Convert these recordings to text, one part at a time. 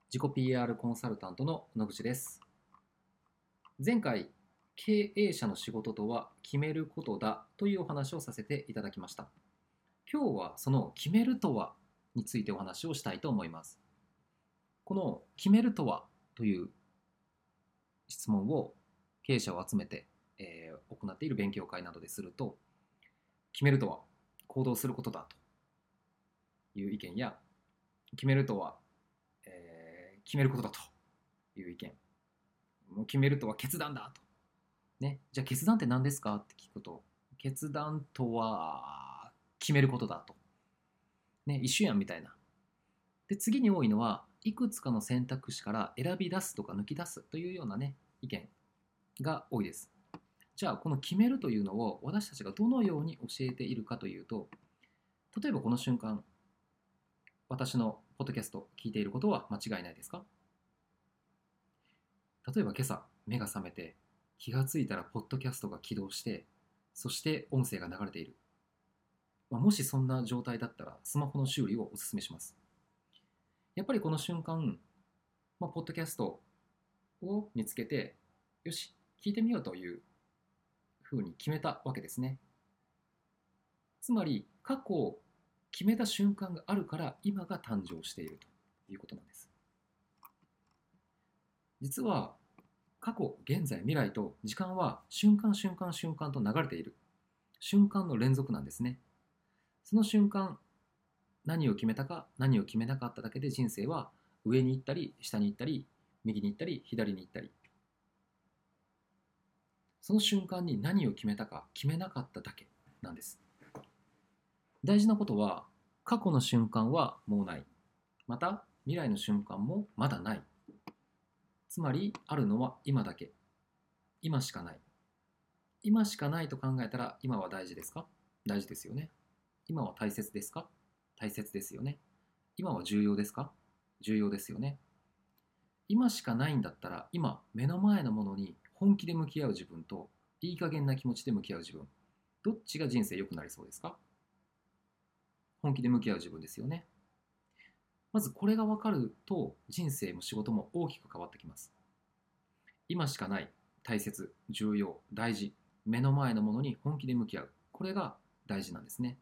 自己 PR コンサルタントの野口です。前回、経営者の仕事とは決めることだというお話をさせていただきました。今日はその決めるとはについてお話をしたいと思います。この決めるとはという質問を経営者を集めて、行っている勉強会などですると、決めるとは行動することだという意見や、決めるとは、決めることだという意見、もう決めるとは決断だと。ね、じゃあ決断って何ですかって聞くと、決断とは決めることだと。ね、一緒やんみたいな。で、次に多いのは、いくつかの選択肢から選び出すとか抜き出すというようなね、意見が多いです。じゃあ、この決めるというのを私たちがどのように教えているかというと、例えばこの瞬間、私のポッドキャストを聞いていることは間違いないですか？例えば今朝、目が覚めて、気がついたらポッドキャストが起動して、そして音声が流れている。もしそんな状態だったら、スマホの修理をお勧めします。やっぱりこの瞬間、ポッドキャストを見つけて、よし、聞いてみようというふうに決めたわけですね。つまり、過去を決めた瞬間があるから、今が誕生しているということなんです。実は、過去、現在、未来と時間は瞬間瞬間瞬間と流れている瞬間の連続なんですね。その瞬間、何を決めたか何を決めなかっただけで人生は上に行ったり下に行ったり右に行ったり左に行ったり、その瞬間に何を決めたか決めなかっただけなんです。大事なことは、過去の瞬間はもうない、また未来の瞬間もまだない。つまりあるのは今だけ、今しかない。今しかないと考えたら、今は大事ですか？大事ですよね。今は大切ですか？大切ですよね。今は重要ですか？重要ですよね。今しかないんだったら、今目の前のものに本気で向き合う自分と、いい加減な気持ちで向き合う自分、どっちが人生良くなりそうですか？本気で向き合う自分ですよね。まずこれが分かると、人生も仕事も大きく変わってきます。今しかない、大切、重要、大事、目の前のものに本気で向き合う、これが大事なんですね。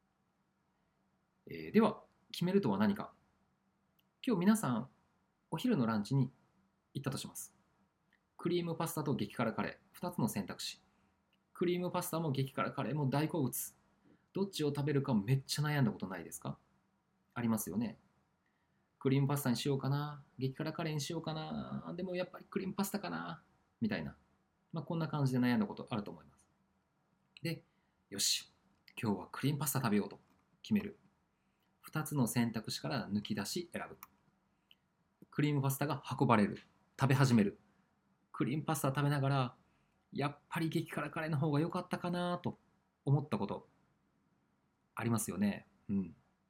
では、決めるとは何か。今日皆さん、お昼のランチに行ったとします。クリームパスタと激辛カレー、2つの選択肢。クリームパスタも激辛カレーも大好物。どっちを食べるかめっちゃ悩んだことないですか？ありますよね。クリームパスタにしようかな、激辛カレーにしようかな、でもやっぱりクリームパスタかな、みたいな。こんな感じで悩んだことあると思います。で、よし、今日はクリームパスタ食べようと決める。2つの選択肢から抜き出し選ぶ。クリームパスタが運ばれる。食べ始める。クリームパスタ食べながら、やっぱり激辛カレーの方が良かったかなと思ったことありますよね。うん。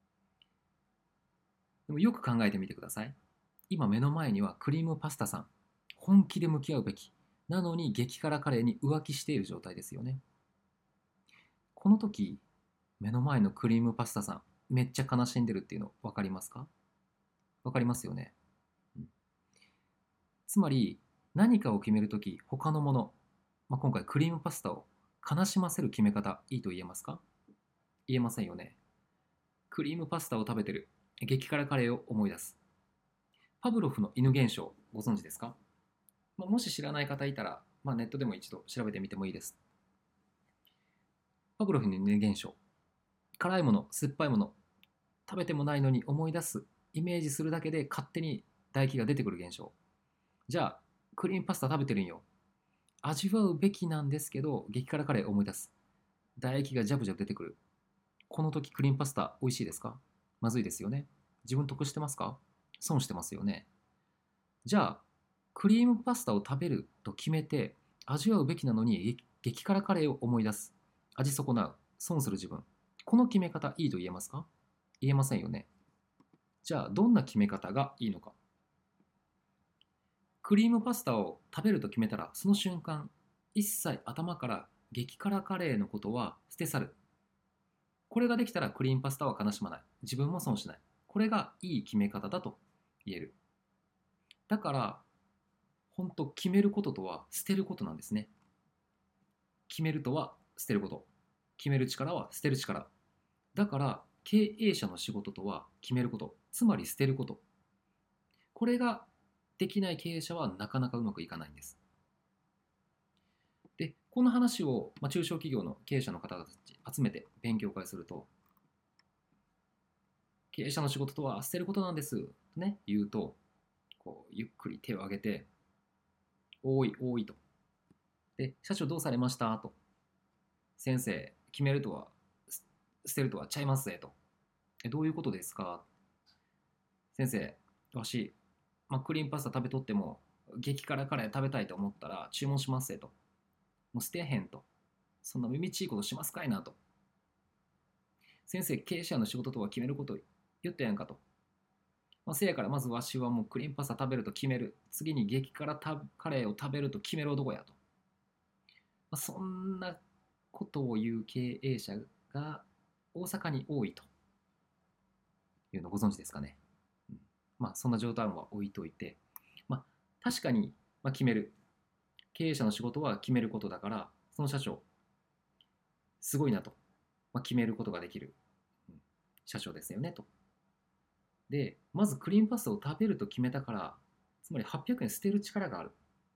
でもよく考えてみてください。今目の前にはクリームパスタさん。本気で向き合うべき。なのに激辛カレーに浮気している状態ですよね。この時、目の前のクリームパスタさん、めっちゃ悲しんでるっていうの分かりますか？分かりますよね。うん、つまり、何かを決めるとき、他のもの、今回クリームパスタを悲しませる決め方、いいと言えますか？言えませんよね。クリームパスタを食べてる。激辛カレーを思い出す。パブロフの犬現象、ご存知ですか？もし知らない方いたら、ネットでも一度調べてみてもいいです。パブロフの犬現象。辛いもの、酸っぱいもの、食べてもないのに思い出す、イメージするだけで勝手に唾液が出てくる現象。じゃあ、クリームパスタ食べてるんよ。味わうべきなんですけど、激辛カレーを思い出す。唾液がジャブジャブ出てくる。この時クリームパスタ美味しいですか？まずいですよね。自分得してますか？損してますよね。じゃあ、クリームパスタを食べると決めて、味わうべきなのに激辛カレーを思い出す。味損なう。損する自分。この決め方いいと言えますか？言えませんよね。じゃあ、どんな決め方がいいのか。クリームパスタを食べると決めたら、その瞬間、一切頭から激辛カレーのことは捨て去る。これができたらクリームパスタは悲しまない。自分も損しない。これがいい決め方だと言える。 だから本当決めることとは捨てることなんですね。決めるとは捨てること。決める力は捨てる力。だから経営者の仕事とは決めること。つまり捨てること。これができない経営者はなかなかうまくいかないんです。で、この話を、中小企業の経営者の方たち集めて勉強会すると、経営者の仕事とは捨てることなんですとね、言うと、ゆっくり手を挙げて、多い多いと。で、社長どうされましたと。先生、決めるとは捨てるとはちゃいますねと。どういうことですか。先生、わし、クリーンパスタ食べとっても、激辛カレー食べたいと思ったら注文しますねと。もう捨てへんと。そんな耳ちいことしますかいなと。先生、経営者の仕事とは決めること言ったやんかと。せやからまずわしはもうクリーンパスタ食べると決める。次に激辛カレーを食べると決める男やと。そんなことを言う経営者が大阪に多いというのをご存知ですかね。そんな状態は置いといて、確かに決める。経営者の仕事は決めることだから、その社長、すごいなと。決めることができる、社長ですよねと。で、まずクリーンパスタを食べると決めたから、つまり800円捨てる力がある。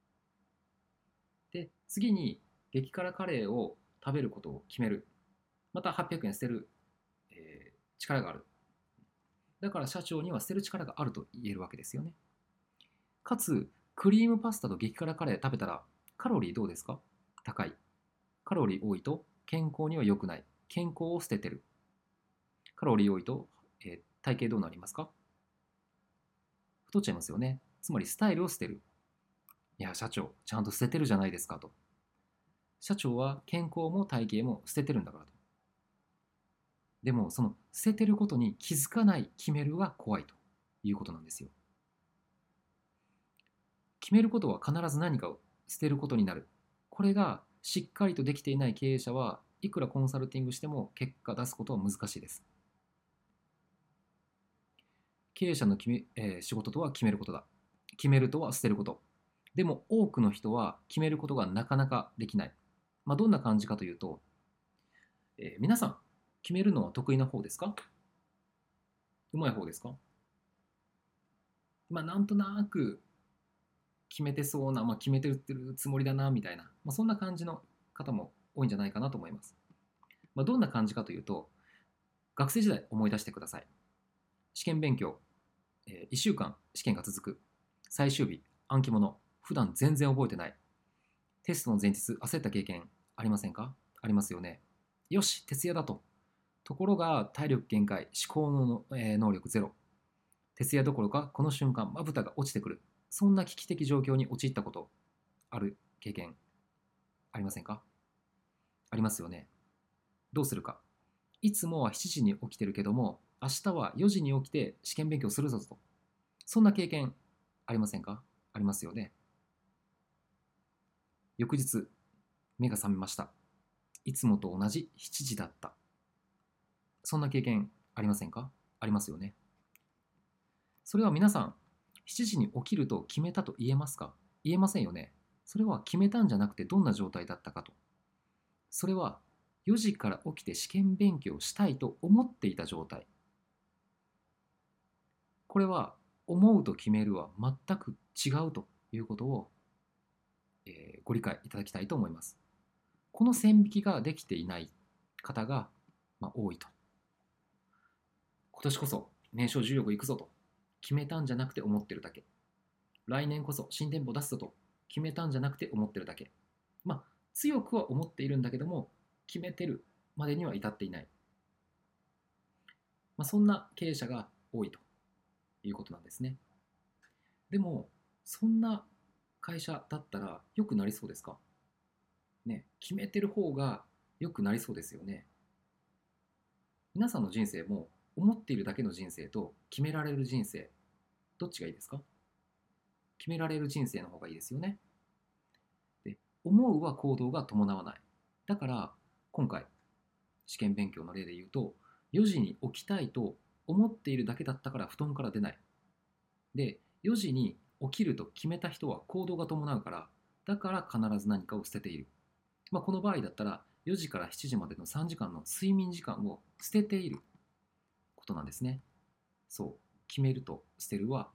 で、次に激辛カレーを食べることを決める。また800円捨てる、力がある。だから社長には捨てる力があると言えるわけですよね。かつ、クリームパスタと激辛カレー食べたら、カロリーどうですか。高い。カロリー多いと健康には良くない。健康を捨ててる。カロリー多いと、体型どうなりますか。太っちゃいますよね。つまりスタイルを捨てる。いや、社長、ちゃんと捨ててるじゃないですかと。社長は健康も体型も捨ててるんだからと。でも、その捨ててることに気づかない決めるは怖いということなんですよ。決めることは必ず何かを捨てることになる。これがしっかりとできていない経営者はいくらコンサルティングしても結果出すことは難しいです。経営者の仕事とは決めることだ。決めるとは捨てること。でも多くの人は決めることがなかなかできない。どんな感じかというと、皆さん決めるのは得意な方ですか。うまい方ですか。なんとなく決めてそうな、決めてるつもりだなみたいな、そんな感じの方も多いんじゃないかなと思います。どんな感じかというと、学生時代思い出してください。試験勉強、1週間試験が続く。最終日、暗記物、普段全然覚えてない。テストの前日、焦った経験ありませんか。ありますよね。よし、徹夜だと。ところが、体力限界、思考の、能力ゼロ。徹夜どころか、この瞬間、まぶたが落ちてくる。そんな危機的状況に陥ったこと、ある経験ありませんか。ありますよね。どうするか。いつもは7時に起きてるけども、明日は4時に起きて試験勉強するぞと。そんな経験ありませんか。ありますよね。翌日、目が覚めました。いつもと同じ7時だった。そんな経験ありませんか。ありますよね。それは皆さん、7時に起きると決めたと言えますか。言えませんよね。それは決めたんじゃなくてどんな状態だったかと。それは4時から起きて試験勉強したいと思っていた状態。これは思うと決めるは全く違うということを、ご理解いただきたいと思います。この線引きができていない方が、多いと。今年こそ年商10億いくぞと決めたんじゃなくて思ってるだけ。来年こそ新店舗出すぞと決めたんじゃなくて思ってるだけ。強くは思っているんだけども決めてるまでには至っていない。そんな経営者が多いということなんですね。でもそんな会社だったら良くなりそうですかね。決めてる方が良くなりそうですよね。皆さんの人生も思っているだけの人生と決められる人生、どっちがいいですか。決められる人生の方がいいですよね。で、思うは行動が伴わない。だから今回試験勉強の例で言うと、4時に起きたいと思っているだけだったから布団から出ない。で、4時に起きると決めた人は行動が伴うから、だから必ず何かを捨てている。この場合だったら4時から7時までの3時間の睡眠時間を捨てていることなんですね。そう、決めると捨てるは、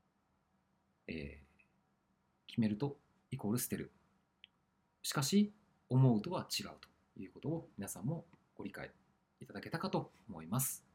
決めるとイコール捨てる。しかし、思うとは違うということを皆さんもご理解いただけたかと思います。